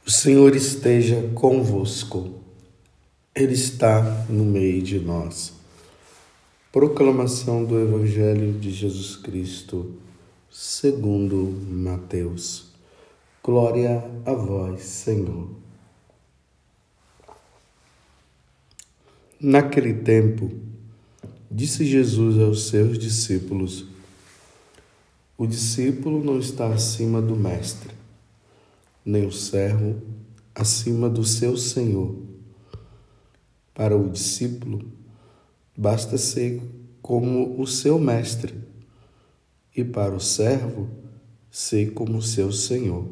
O Senhor esteja convosco, Ele está no meio de nós. Proclamação do Evangelho de Jesus Cristo, segundo Mateus. Glória a vós, Senhor. Naquele tempo, disse Jesus aos seus discípulos: o discípulo não está acima do mestre, nem o servo acima do seu senhor. Para o discípulo, basta ser como o seu mestre, e para o servo, ser como o seu senhor.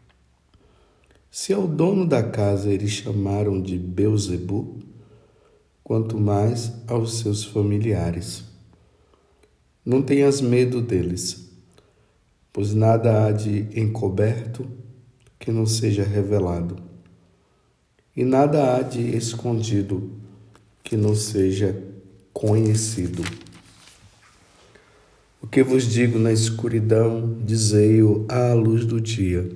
Se ao dono da casa eles chamaram de Beelzebu, quanto mais aos seus familiares. Não tenhas medo deles, pois nada há de encoberto que não seja revelado, e nada há de escondido que não seja conhecido. O que vos digo na escuridão, dizei-o à luz do dia.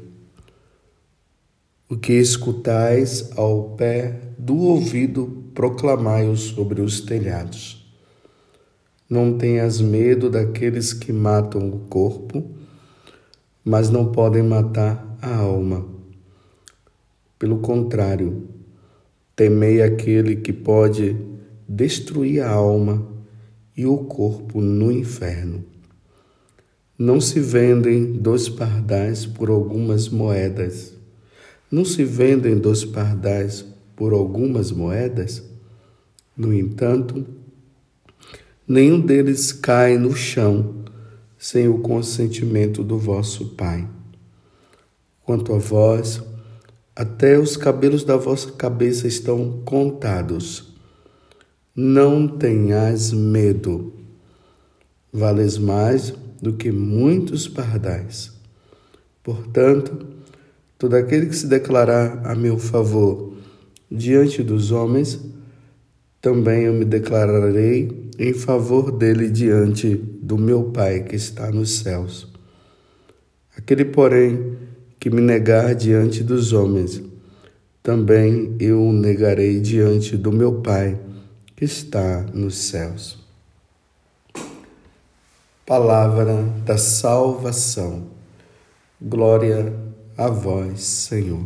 O que escutais ao pé do ouvido, proclamai-o sobre os telhados. Não tenhas medo daqueles que matam o corpo, mas não podem matar a alma. Pelo contrário, temei aquele que pode destruir a alma e o corpo no inferno. Não se vendem 2 pardais por algumas moedas. Não se vendem 2 pardais por algumas moedas? No entanto, nenhum deles cai no chão sem o consentimento do vosso Pai. Quanto a vós, até os cabelos da vossa cabeça estão contados. Não tenhais medo. Vales mais do que muitos pardais. Portanto, todo aquele que se declarar a meu favor diante dos homens, também eu me declararei em favor dele diante do meu Pai que está nos céus. Aquele, porém, que me negar diante dos homens, também eu o negarei diante do meu Pai que está nos céus. Palavra da salvação. Glória a vós, Senhor.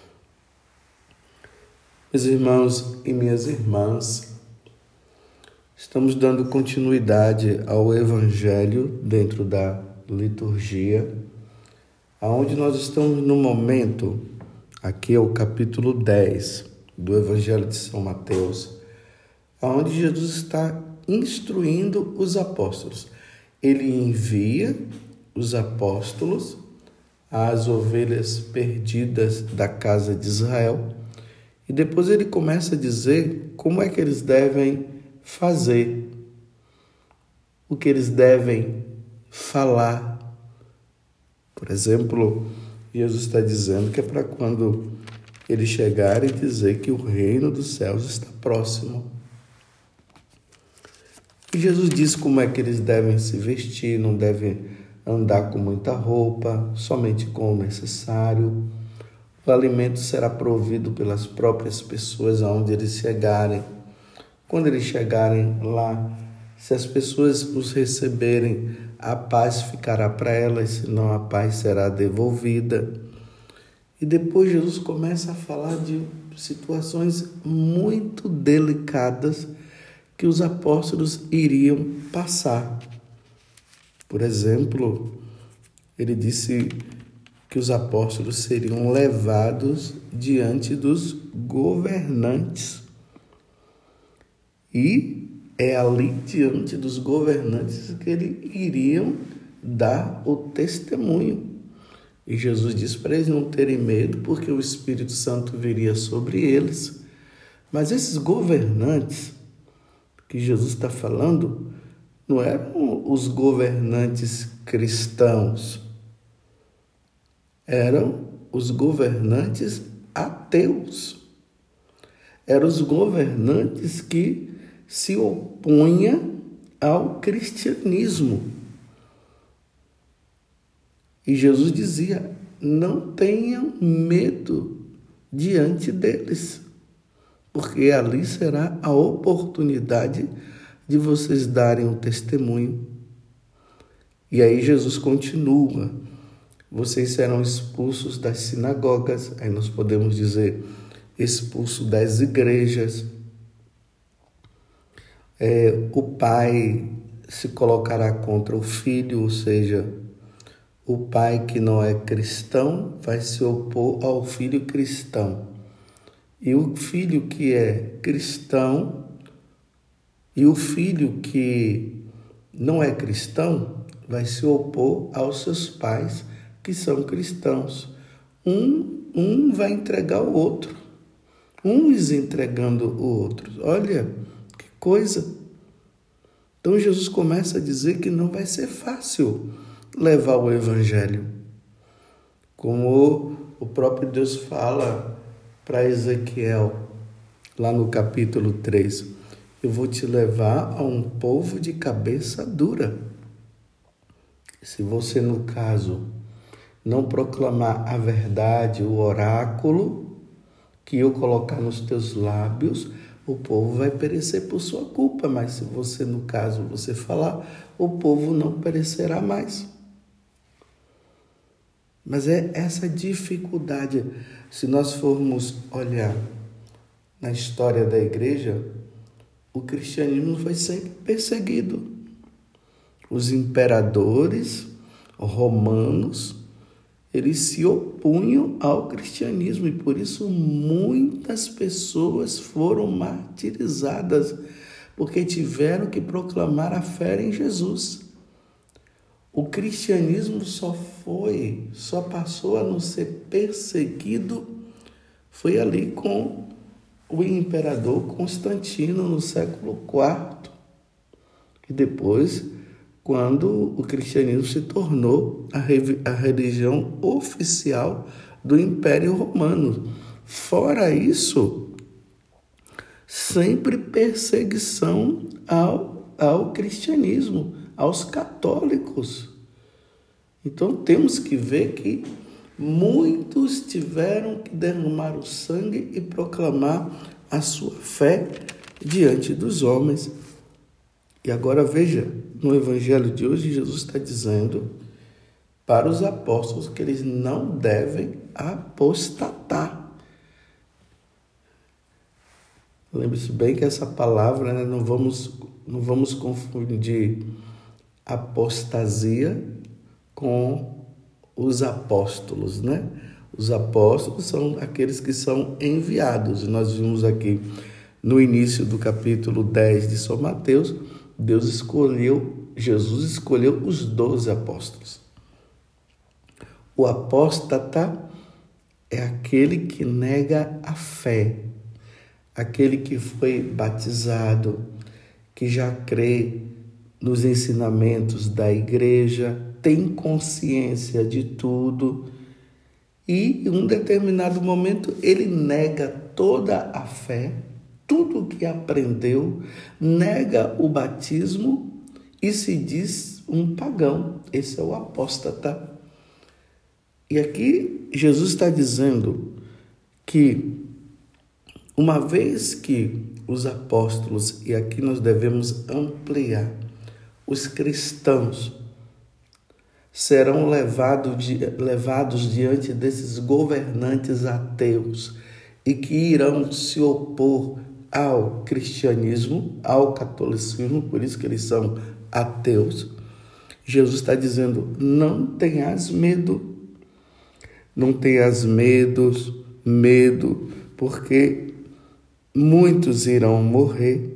Meus irmãos e minhas irmãs, estamos dando continuidade ao Evangelho dentro da liturgia, aonde nós estamos no momento, aqui é o capítulo 10 do Evangelho de São Mateus, aonde Jesus está instruindo os apóstolos. Ele envia os apóstolos às ovelhas perdidas da casa de Israel e depois ele começa a dizer como é que eles devem fazer, o que eles devem falar. Por exemplo, Jesus está dizendo que é para quando eles chegarem dizer que o reino dos céus está próximo. E Jesus diz como é que eles devem se vestir, não devem andar com muita roupa, somente com o necessário. O alimento será provido pelas próprias pessoas aonde eles chegarem. Quando eles chegarem lá, se as pessoas os receberem, a paz ficará para elas, senão a paz será devolvida. E depois Jesus começa a falar de situações muito delicadas que os apóstolos iriam passar. Por exemplo, ele disse que os apóstolos seriam levados diante dos governantes. E é ali diante dos governantes que eles iriam dar o testemunho. E Jesus disse para eles não terem medo, porque o Espírito Santo viria sobre eles. Mas esses governantes que Jesus está falando não eram os governantes cristãos, eram os governantes ateus. Eram os governantes que se opunham ao cristianismo. E Jesus dizia, não tenham medo diante deles, porque ali será a oportunidade de vocês darem um testemunho. E aí Jesus continua: vocês serão expulsos das sinagogas, aí nós podemos dizer expulsos das igrejas. O pai se colocará contra o filho, ou seja, o pai que não é cristão vai se opor ao filho cristão. E o filho que é cristão e o filho que não é cristão vai se opor aos seus pais que são cristãos. Um vai entregar o outro, uns entregando o outro. Olha que coisa! Então Jesus começa a dizer que não vai ser fácil levar o evangelho. Como o próprio Deus fala para Ezequiel, lá no capítulo 3, eu vou te levar a um povo de cabeça dura. Se você, no caso, não proclamar a verdade, o oráculo que eu colocar nos teus lábios, o povo vai perecer por sua culpa. Mas se você, no caso, você falar, o povo não perecerá mais. Mas é essa dificuldade. Se nós formos olhar na história da igreja, o cristianismo foi sempre perseguido. Os imperadores romanos, eles se opunham ao cristianismo e por isso muitas pessoas foram martirizadas, porque tiveram que proclamar a fé em Jesus. O cristianismo só passou a não ser perseguido, foi ali com o imperador Constantino no século IV. E depois, quando o cristianismo se tornou a religião oficial do Império Romano. Fora isso, sempre perseguição ao cristianismo, aos católicos. Então temos que ver que muitos tiveram que derramar o sangue e proclamar a sua fé diante dos homens. E agora veja, no evangelho de hoje, Jesus está dizendo para os apóstolos que eles não devem apostatar. Lembre-se bem que essa palavra, não vamos confundir apostasia com os apóstolos, né? Os apóstolos são aqueles que são enviados. Nós vimos aqui no início do capítulo 10 de São Mateus, Jesus escolheu os 12 apóstolos. O apóstata é aquele que nega a fé, aquele que foi batizado, que já crê nos ensinamentos da igreja, tem consciência de tudo e em um determinado momento ele nega toda a fé, tudo o que aprendeu, nega o batismo e se diz um pagão. Esse é o apóstata. E aqui Jesus está dizendo que uma vez que os apóstolos, e aqui nós devemos ampliar, os cristãos serão levados diante desses governantes ateus e que irão se opor ao cristianismo, ao catolicismo, por isso que eles são ateus. Jesus está dizendo, não tenhas medo, não tenhas medo, porque muitos irão morrer.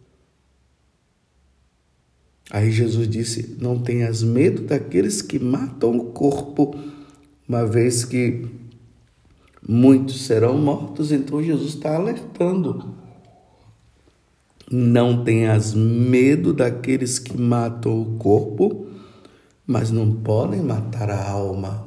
Aí Jesus disse, não tenhas medo daqueles que matam o corpo, uma vez que muitos serão mortos. Então Jesus está alertando. Não tenhas medo daqueles que matam o corpo, mas não podem matar a alma.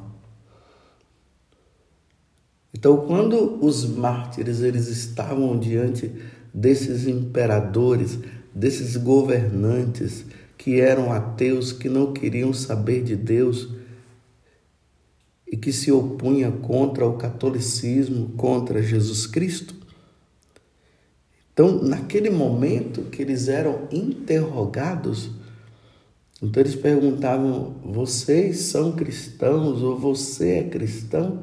Então, quando os mártires eles estavam diante desses imperadores, desses governantes que eram ateus, que não queriam saber de Deus e que se opunha contra o catolicismo, contra Jesus Cristo. Então, naquele momento que eles eram interrogados, então eles perguntavam: vocês são cristãos ou você é cristão?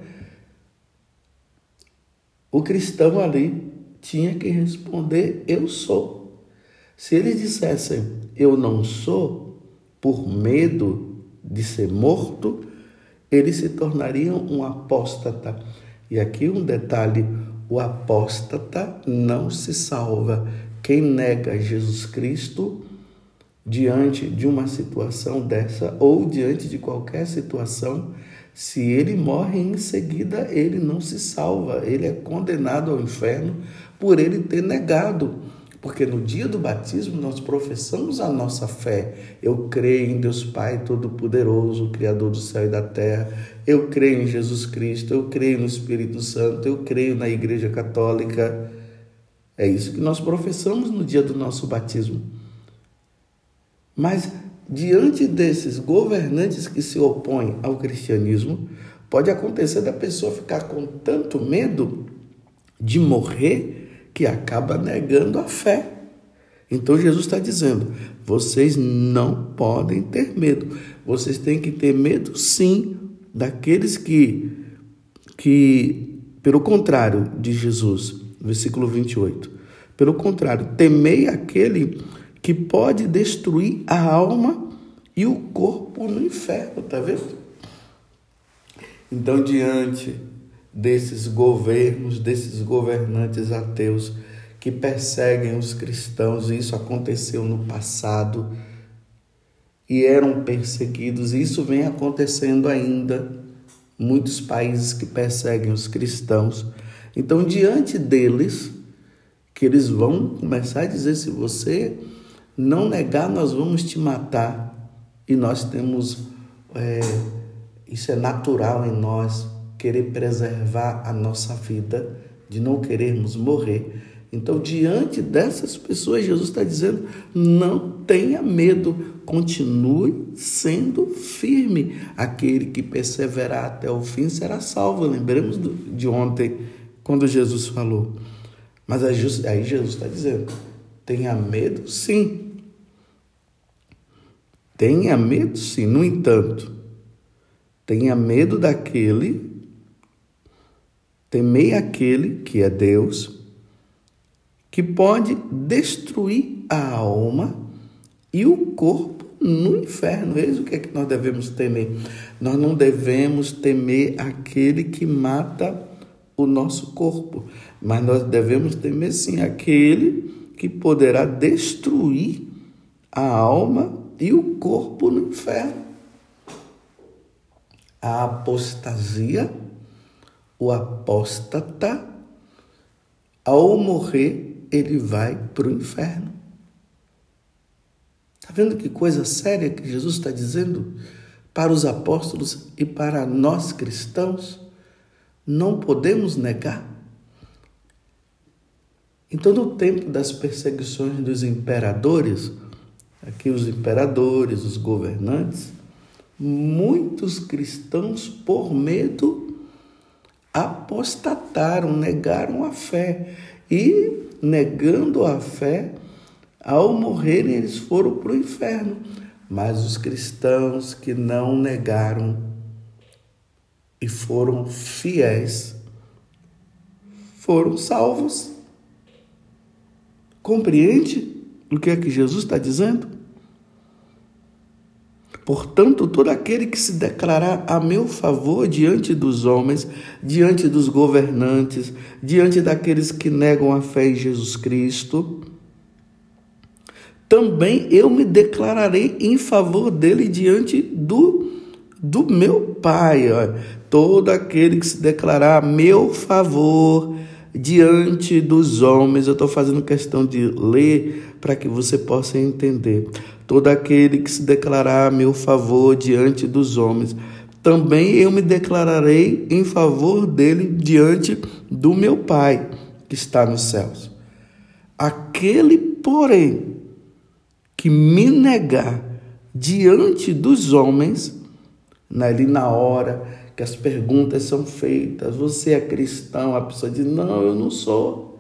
O cristão ali tinha que responder: eu sou. Se eles dissessem: eu não sou, por medo de ser morto, eles se tornariam um apóstata. E aqui um detalhe: o apóstata não se salva. Quem nega Jesus Cristo diante de uma situação dessa ou diante de qualquer situação, se ele morre em seguida, ele não se salva. Ele é condenado ao inferno por ele ter negado. Porque no dia do batismo nós professamos a nossa fé. Eu creio em Deus Pai Todo-Poderoso, Criador do céu e da terra. Eu creio em Jesus Cristo, eu creio no Espírito Santo, eu creio na Igreja Católica. É isso que nós professamos no dia do nosso batismo. Mas diante desses governantes que se opõem ao cristianismo, pode acontecer da pessoa ficar com tanto medo de morrer que acaba negando a fé. Então Jesus está dizendo: vocês não podem ter medo. Vocês têm que ter medo, sim, daqueles que pelo contrário de Jesus, versículo 28, pelo contrário, temei aquele que pode destruir a alma e o corpo no inferno, tá vendo? Então, diante desses governos, desses governantes ateus que perseguem os cristãos, e isso aconteceu no passado, e eram perseguidos, e isso vem acontecendo ainda, muitos países que perseguem os cristãos. Então, diante deles, que eles vão começar a dizer: se você não negar, nós vamos te matar. E nós temos, isso é natural em nós, querer preservar a nossa vida, de não querermos morrer. Então, diante dessas pessoas, Jesus está dizendo: não tenha medo, continue sendo firme. Aquele que perseverar até o fim será salvo. Lembremos de ontem, quando Jesus falou. Mas aí Jesus está dizendo: tenha medo, sim. Tenha medo, sim. No entanto, tenha medo daquele, temei aquele que é Deus, que pode destruir a alma e o corpo no inferno. Eis o que é que nós devemos temer. Nós não devemos temer aquele que mata o nosso corpo, mas nós devemos temer, sim, aquele que poderá destruir a alma e o corpo no inferno. A apostasia, o apóstata, ao morrer, ele vai para o inferno. Está vendo que coisa séria que Jesus está dizendo para os apóstolos e para nós cristãos? Não podemos negar. Então, no tempo das perseguições dos imperadores, aqui os imperadores, os governantes, muitos cristãos, por medo, apostataram, negaram a fé. E, negando a fé, ao morrerem, eles foram para o inferno. Mas os cristãos que não negaram e foram fiéis, foram salvos. Compreende o que é que Jesus está dizendo? Portanto, todo aquele que se declarar a meu favor diante dos homens, diante dos governantes, diante daqueles que negam a fé em Jesus Cristo, também eu me declararei em favor dele diante do meu Pai. Todo aquele que se declarar a meu favor diante dos homens, eu estou fazendo questão de ler para que você possa entender. Todo aquele que se declarar a meu favor diante dos homens, também eu me declararei em favor dele diante do meu Pai que está nos céus. Aquele, porém, que me negar diante dos homens, ali na hora que as perguntas são feitas. Você é cristão? A pessoa diz, não, eu não sou.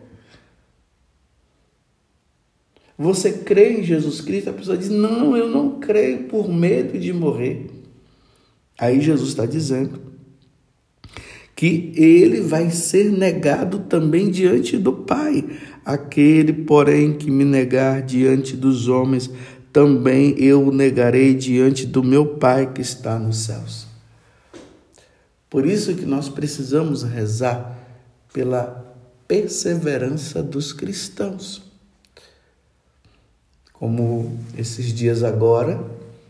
Você crê em Jesus Cristo? A pessoa diz, não, eu não creio, por medo de morrer. Aí Jesus está dizendo que ele vai ser negado também diante do Pai. Aquele, porém, que me negar diante dos homens, também eu o negarei diante do meu Pai que está nos céus. Por isso que nós precisamos rezar pela perseverança dos cristãos. Como esses dias agora,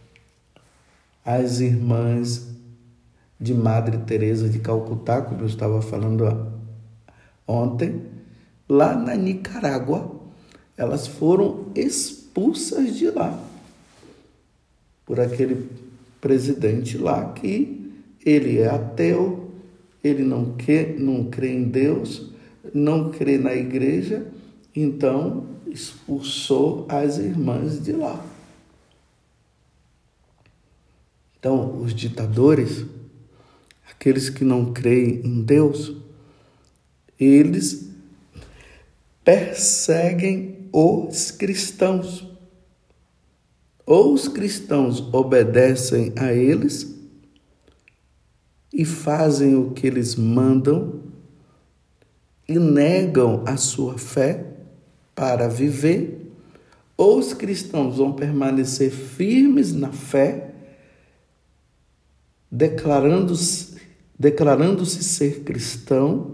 as irmãs de Madre Teresa de Calcutá, como eu estava falando ontem, lá na Nicarágua, elas foram expulsas de lá por aquele presidente lá que ele é ateu, ele não crê em Deus, não crê na igreja, então expulsou as irmãs de lá. Então, os ditadores, aqueles que não creem em Deus, eles perseguem os cristãos. Ou os cristãos obedecem a eles e fazem o que eles mandam e negam a sua fé para viver, ou os cristãos vão permanecer firmes na fé, declarando-se ser cristão,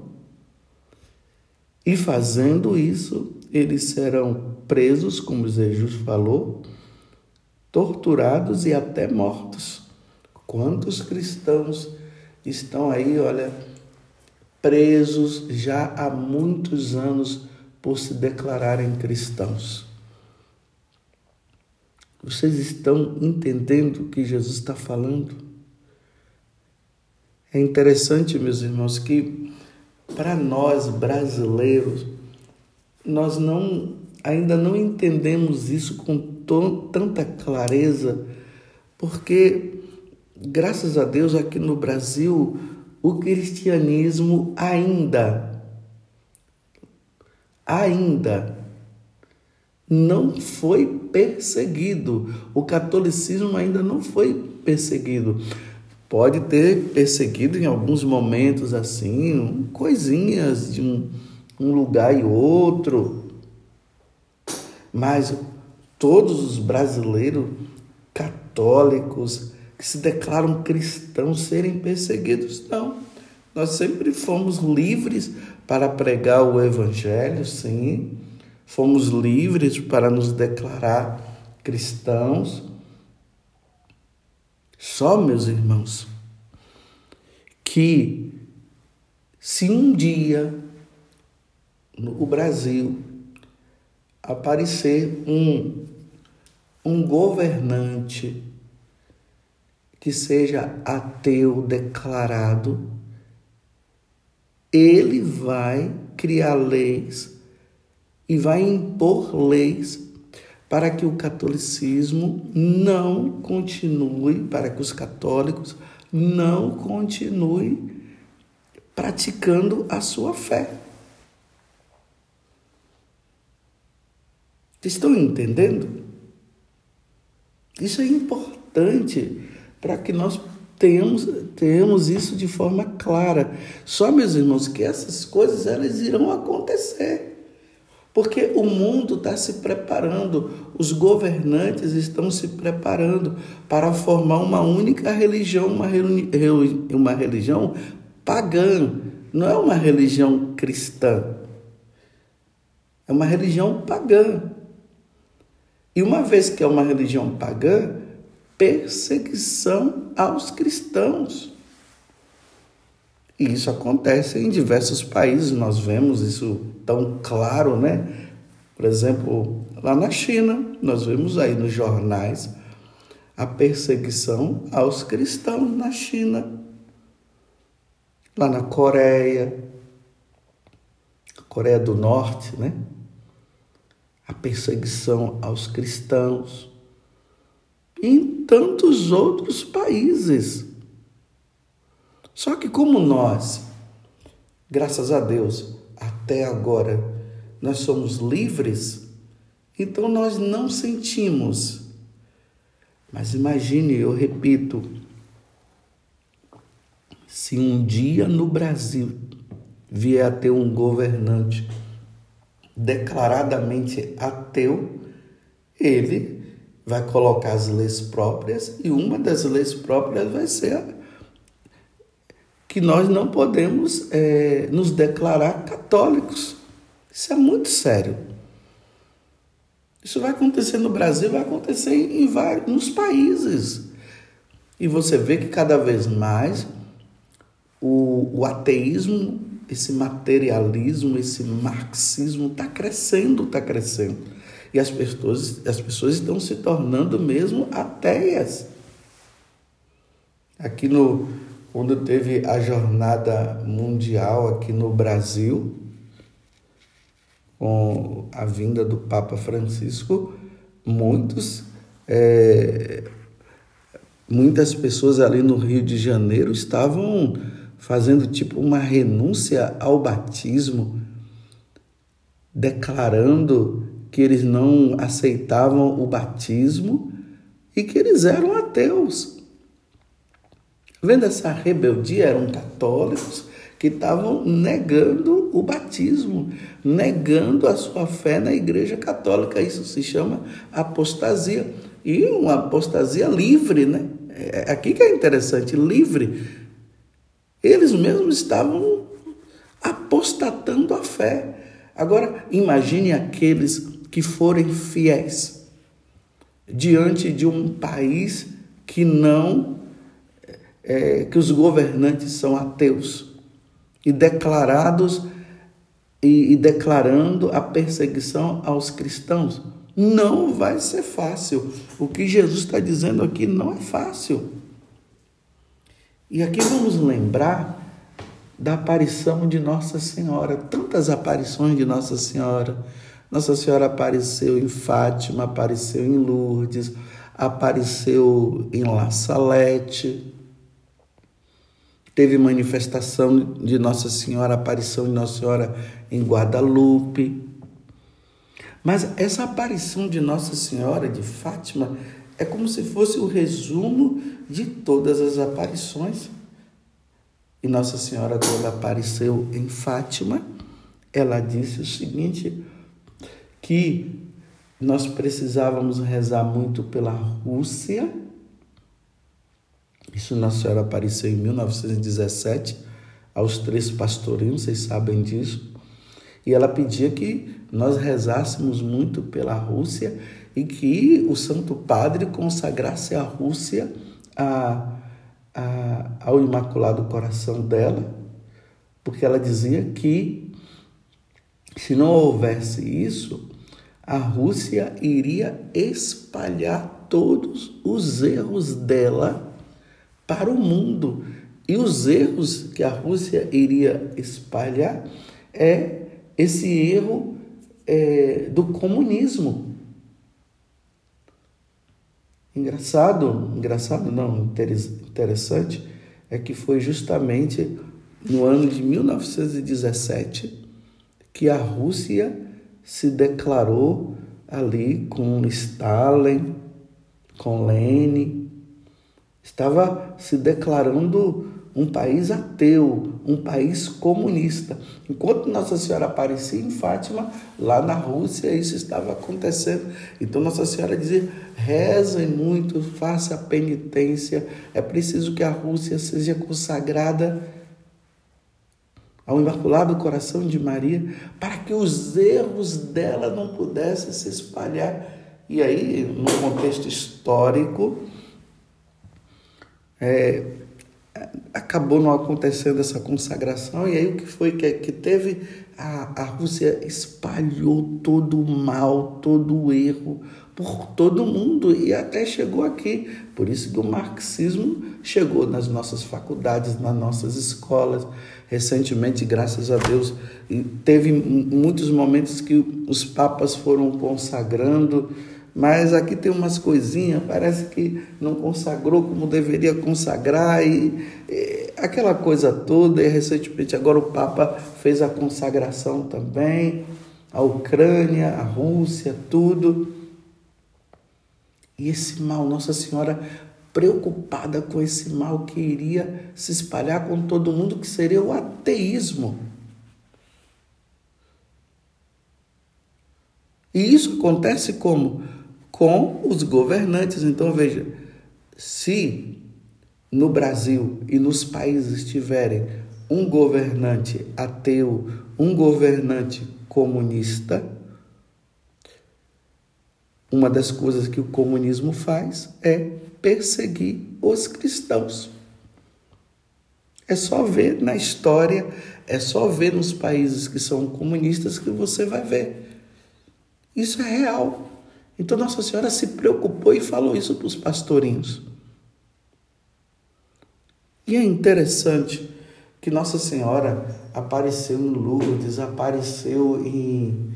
e fazendo isso, eles serão presos, como Jesus falou, torturados e até mortos. Quantos cristãos estão aí, presos já há muitos anos por se declararem cristãos? Vocês estão entendendo o que Jesus está falando? É interessante, meus irmãos, que para nós brasileiros, nós ainda não entendemos isso com tanta clareza, porque, graças a Deus, aqui no Brasil, o cristianismo ainda não foi perseguido. O catolicismo ainda não foi perseguido. Pode ter perseguido em alguns momentos, assim, coisinhas de um lugar e outro. Mas todos os brasileiros católicos que se declaram cristãos serem perseguidos, não. Nós sempre fomos livres para pregar o evangelho, sim. Fomos livres para nos declarar cristãos. Só, meus irmãos, que se um dia no Brasil aparecer um governante que seja ateu declarado, ele vai criar leis e vai impor leis para que o catolicismo não continue, para que os católicos não continuem praticando a sua fé. Vocês estão entendendo? Isso é importante para que nós tenhamos isso de forma clara. Só, meus irmãos, que essas coisas elas irão acontecer. Porque o mundo está se preparando, os governantes estão se preparando para formar uma única religião, uma religião pagã, não é uma religião cristã, é uma religião pagã. E uma vez que é uma religião pagã, perseguição aos cristãos. E isso acontece em diversos países, nós vemos isso tão claro, né? Por exemplo, lá na China, nós vemos aí nos jornais a perseguição aos cristãos na China. Lá na Coreia do Norte, né? A perseguição aos cristãos. E em tantos outros países. Só que como nós, graças a Deus, até agora, nós somos livres, então nós não sentimos. Mas imagine, eu repito, se um dia no Brasil vier a ter um governante declaradamente ateu, ele vai colocar as leis próprias e uma das leis próprias vai ser que nós não podemos nos declarar católicos. Isso é muito sério. Isso vai acontecer no Brasil, vai acontecer em vários países. E você vê que cada vez mais o ateísmo, esse materialismo, esse marxismo está crescendo, está crescendo. E as pessoas estão se tornando mesmo ateias. Quando teve a jornada mundial aqui no Brasil, com a vinda do Papa Francisco, muitas pessoas ali no Rio de Janeiro estavam fazendo tipo uma renúncia ao batismo, declarando que eles não aceitavam o batismo e que eles eram ateus. Vendo essa rebeldia, eram católicos que estavam negando o batismo, negando a sua fé na Igreja Católica. Isso se chama apostasia. E uma apostasia livre, né? Aqui que é interessante, livre. Eles mesmos estavam apostatando a fé. Agora, imagine aqueles que forem fiéis diante de um país que que os governantes são ateus e declarando a perseguição aos cristãos. Não vai ser fácil. O que Jesus está dizendo aqui não é fácil. E aqui vamos lembrar da aparição de Nossa Senhora. Tantas aparições de Nossa Senhora. Nossa Senhora apareceu em Fátima, apareceu em Lourdes, apareceu em La Salete. Teve manifestação de Nossa Senhora, aparição de Nossa Senhora em Guadalupe. Mas essa aparição de Nossa Senhora de Fátima é como se fosse o resumo de todas as aparições. E Nossa Senhora, quando apareceu em Fátima, ela disse o seguinte, que nós precisávamos rezar muito pela Rússia. Isso Nossa Senhora apareceu em 1917, aos 3 pastorinhos, vocês sabem disso. E ela pedia que nós rezássemos muito pela Rússia e que o Santo Padre consagrasse a Rússia ao Imaculado Coração dela, porque ela dizia que se não houvesse isso, a Rússia iria espalhar todos os erros dela para o mundo. E os erros que a Rússia iria espalhar é esse erro do comunismo. Interessante é que foi justamente no ano de 1917 que a Rússia se declarou ali com Stalin, com Lenin, estava se declarando um país ateu, um país comunista. Enquanto Nossa Senhora aparecia em Fátima, lá na Rússia, isso estava acontecendo. Então Nossa Senhora dizia, rezem muito, faça a penitência, é preciso que a Rússia seja consagrada ao Imaculado Coração de Maria, para que os erros dela não pudessem se espalhar. E aí, no contexto histórico, acabou não acontecendo essa consagração, e aí o que foi que teve? A Rússia espalhou todo o mal, todo o erro por todo o mundo e até chegou aqui. Por isso que o marxismo chegou nas nossas faculdades, nas nossas escolas. Recentemente, graças a Deus, teve muitos momentos que os papas foram consagrando mas aqui tem umas coisinhas, parece que não consagrou como deveria consagrar, e aquela coisa toda. E recentemente agora o Papa fez a consagração também, a Ucrânia, a Rússia, tudo. E esse mal, Nossa Senhora preocupada com esse mal que iria se espalhar com todo mundo, que seria o ateísmo. E isso acontece como? Com os governantes. Então veja, se no Brasil e nos países tiverem um governante ateu, um governante comunista, uma das coisas que o comunismo faz é perseguir os cristãos. É só ver na história, é só ver nos países que são comunistas que você vai ver. Isso é real. Então Nossa Senhora se preocupou e falou isso para os pastorinhos. E é interessante que Nossa Senhora apareceu em Lourdes, apareceu em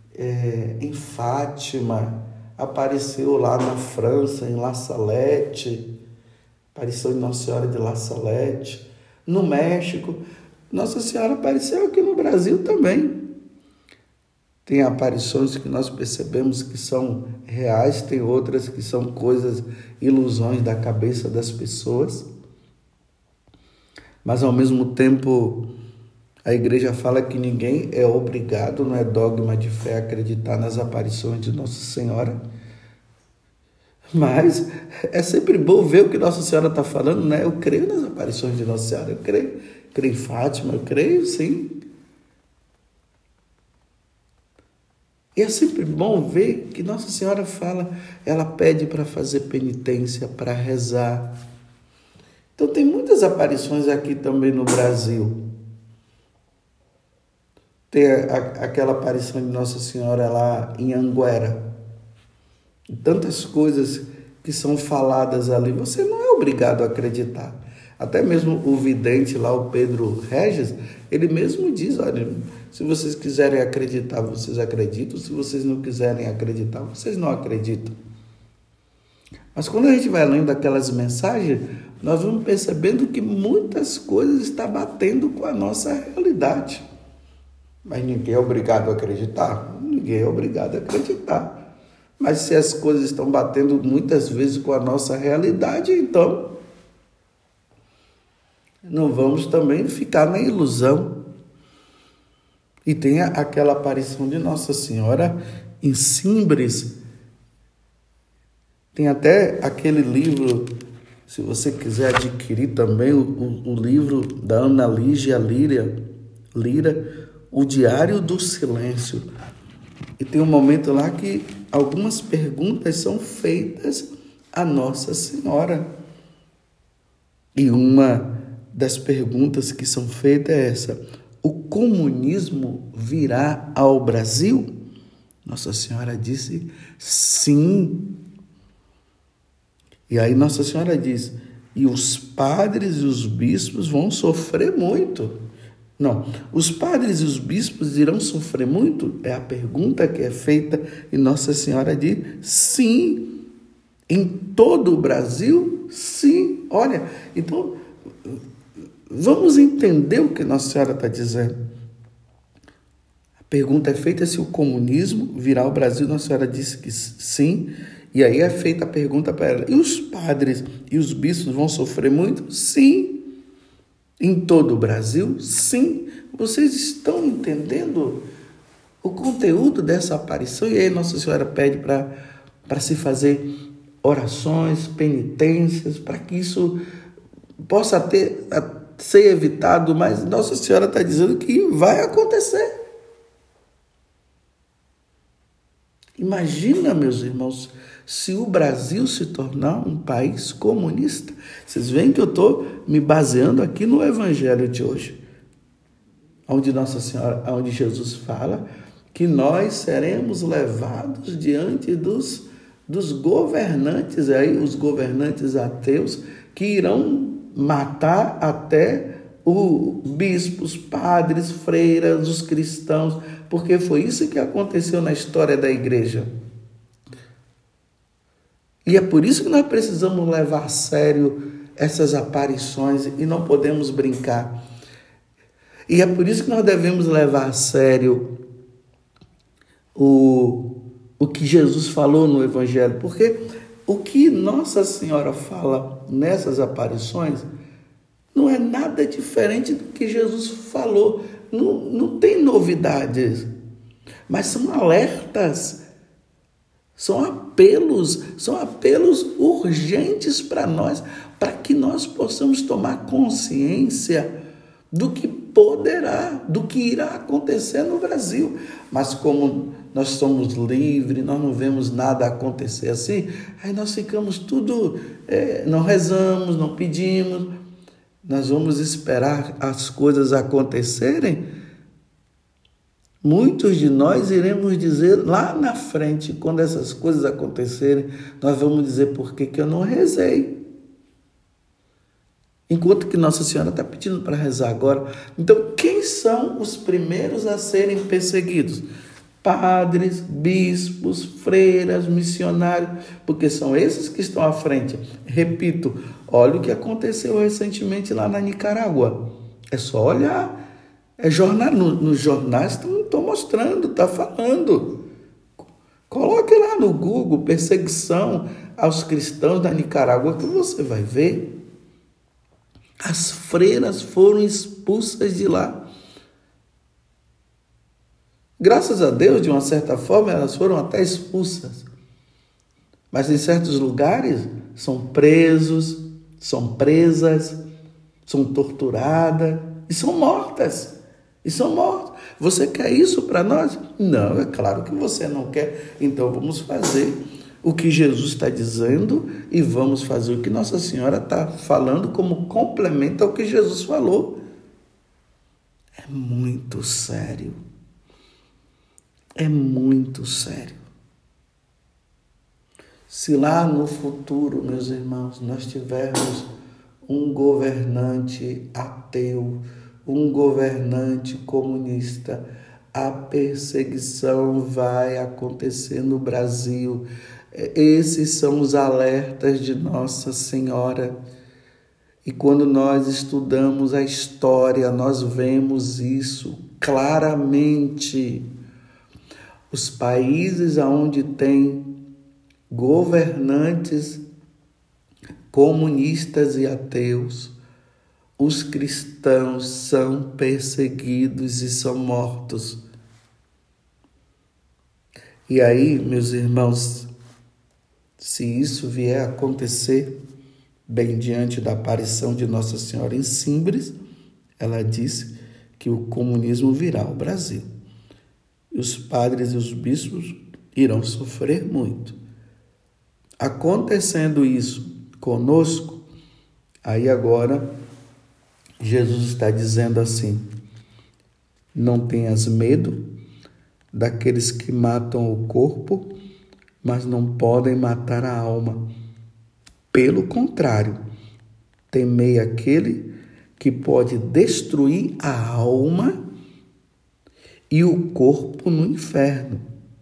Fátima, apareceu lá na França, em La Salette, apareceu em Nossa Senhora de La Salette, no México. Nossa Senhora apareceu aqui no Brasil também. Tem aparições que nós percebemos que são reais, tem outras que são coisas, ilusões da cabeça das pessoas. Mas, ao mesmo tempo, a igreja fala que ninguém é obrigado, não é dogma de fé, acreditar nas aparições de Nossa Senhora. Mas é sempre bom ver o que Nossa Senhora está falando, né? Eu creio nas aparições de Nossa Senhora, eu creio em Fátima, eu creio, sim. E é sempre bom ver que Nossa Senhora fala, ela pede para fazer penitência, para rezar. Então tem muitas aparições aqui também no Brasil. Tem aquela aparição de Nossa Senhora lá em Anguera. E tantas coisas que são faladas ali, você não é obrigado a acreditar. Até mesmo o vidente lá, o Pedro Regis, ele mesmo diz, olha, se vocês quiserem acreditar, vocês acreditam. Se vocês não quiserem acreditar, vocês não acreditam. Mas quando a gente vai lendo aquelas mensagens, nós vamos percebendo que muitas coisas estão batendo com a nossa realidade. Mas ninguém é obrigado a acreditar. Ninguém é obrigado a acreditar. Mas se as coisas estão batendo muitas vezes com a nossa realidade, então não vamos também ficar na ilusão. E tem aquela aparição de Nossa Senhora em Simbres. Tem até aquele livro, se você quiser adquirir também, o livro da Ana Lígia Lira, O Diário do Silêncio. E tem um momento lá que algumas perguntas são feitas a Nossa Senhora. E uma das perguntas que são feitas é essa: o comunismo virá ao Brasil? Nossa Senhora disse sim. E aí Nossa Senhora diz, e os padres e os bispos vão sofrer muito. Não, os padres e os bispos irão sofrer muito? É a pergunta que é feita e Nossa Senhora diz sim. Em todo o Brasil, sim. Olha, então vamos entender o que Nossa Senhora está dizendo. A pergunta é feita se o comunismo virá ao Brasil. Nossa Senhora disse que sim. E aí é feita a pergunta para ela, e os padres e os bispos vão sofrer muito? Sim. Em todo o Brasil? Sim. Vocês estão entendendo o conteúdo dessa aparição? E aí Nossa Senhora pede para se fazer orações, penitências, para que isso possa ser evitado, mas Nossa Senhora está dizendo que vai acontecer. Imagina, meus irmãos, se o Brasil se tornar um país comunista. Vocês veem que eu estou me baseando aqui no Evangelho de hoje, onde Nossa Senhora, onde Jesus fala que nós seremos levados diante dos governantes, aí os governantes ateus, que irão matar até os bispos, padres, freiras, os cristãos, porque foi isso que aconteceu na história da igreja. E é por isso que nós precisamos levar a sério essas aparições e não podemos brincar. E é por isso que nós devemos levar a sério o que Jesus falou no Evangelho, porque o que Nossa Senhora fala nessas aparições não é nada diferente do que Jesus falou. Não tem novidades, mas são alertas, são apelos urgentes para nós, para que nós possamos tomar consciência do que do que irá acontecer no Brasil. Mas como nós somos livres, nós não vemos nada acontecer assim, aí nós ficamos não rezamos, não pedimos, nós vamos esperar as coisas acontecerem. Muitos de nós iremos dizer lá na frente, quando essas coisas acontecerem, nós vamos dizer por que eu não rezei. Enquanto que Nossa Senhora está pedindo para rezar agora. Então, quem são os primeiros a serem perseguidos? Padres, bispos, freiras, missionários, porque são esses que estão à frente. Repito, olha o que aconteceu recentemente lá na Nicarágua. É só olhar. Nos jornais estão mostrando, está falando. Coloque lá no Google, perseguição aos cristãos da Nicarágua, que você vai ver. As freiras foram expulsas de lá. Graças a Deus, de uma certa forma, elas foram até expulsas. Mas em certos lugares são presos, são presas, são torturadas e são mortas. Você quer isso para nós? Não, é claro que você não quer. Então vamos fazer o que Jesus está dizendo e vamos fazer o que Nossa Senhora está falando como complemento ao que Jesus falou. É muito sério. É muito sério. Se lá no futuro, meus irmãos, nós tivermos um governante ateu, um governante comunista, a perseguição vai acontecer no Brasil. Esses são os alertas de Nossa Senhora. E quando nós estudamos a história, nós vemos isso claramente. Os países onde tem governantes comunistas e ateus, os cristãos são perseguidos e são mortos. E aí, meus irmãos, se isso vier a acontecer, bem diante da aparição de Nossa Senhora em Simbres, ela disse que o comunismo virá ao Brasil. E os padres e os bispos irão sofrer muito. Acontecendo isso conosco, aí agora Jesus está dizendo assim: não tenhas medo daqueles que matam o corpo, mas não podem matar a alma. Pelo contrário, temei aquele que pode destruir a alma e o corpo no inferno.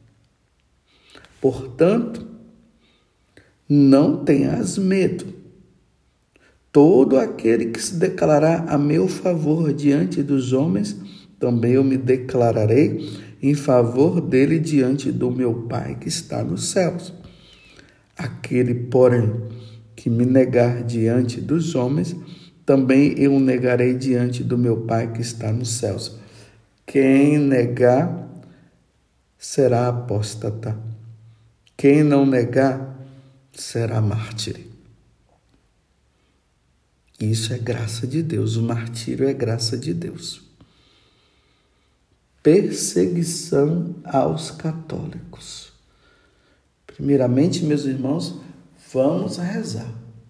Portanto, não tenhas medo. Todo aquele que se declarar a meu favor diante dos homens, também eu me declararei em favor dele diante do meu Pai que está nos céus. Aquele, porém, que me negar diante dos homens, também eu o negarei diante do meu Pai que está nos céus. Quem negar será apóstata. Quem não negar será mártir. Isso é graça de Deus. O martírio é graça de Deus. Perseguição aos católicos. Primeiramente, meus irmãos, vamos rezar.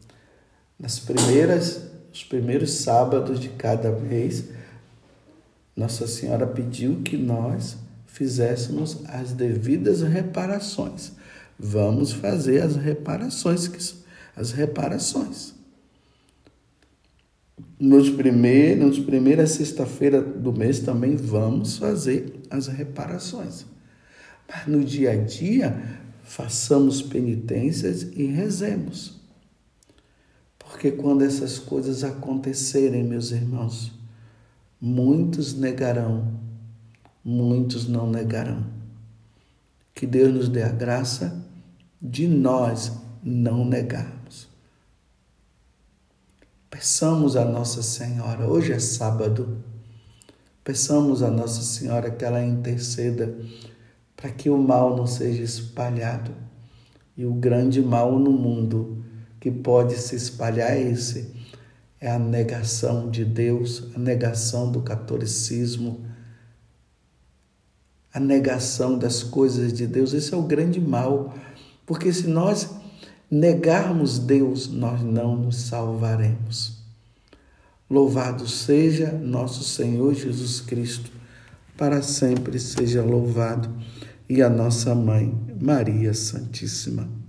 Os primeiros sábados de cada mês, Nossa Senhora pediu que nós fizéssemos as devidas reparações. Vamos fazer as reparações. Nos primeiras sexta-feira do mês também vamos fazer as reparações. Mas no dia a dia, façamos penitências e rezemos. Porque quando essas coisas acontecerem, meus irmãos, muitos negarão, muitos não negarão. Que Deus nos dê a graça de nós não negarmos. Peçamos a Nossa Senhora, hoje é sábado, peçamos a Nossa Senhora que ela interceda para que o mal não seja espalhado. E o grande mal no mundo que pode se espalhar é a negação de Deus, a negação do catolicismo, a negação das coisas de Deus. Esse é o grande mal, porque se nós negarmos Deus, nós não nos salvaremos. Louvado seja nosso Senhor Jesus Cristo, para sempre seja louvado, e a nossa Mãe, Maria Santíssima.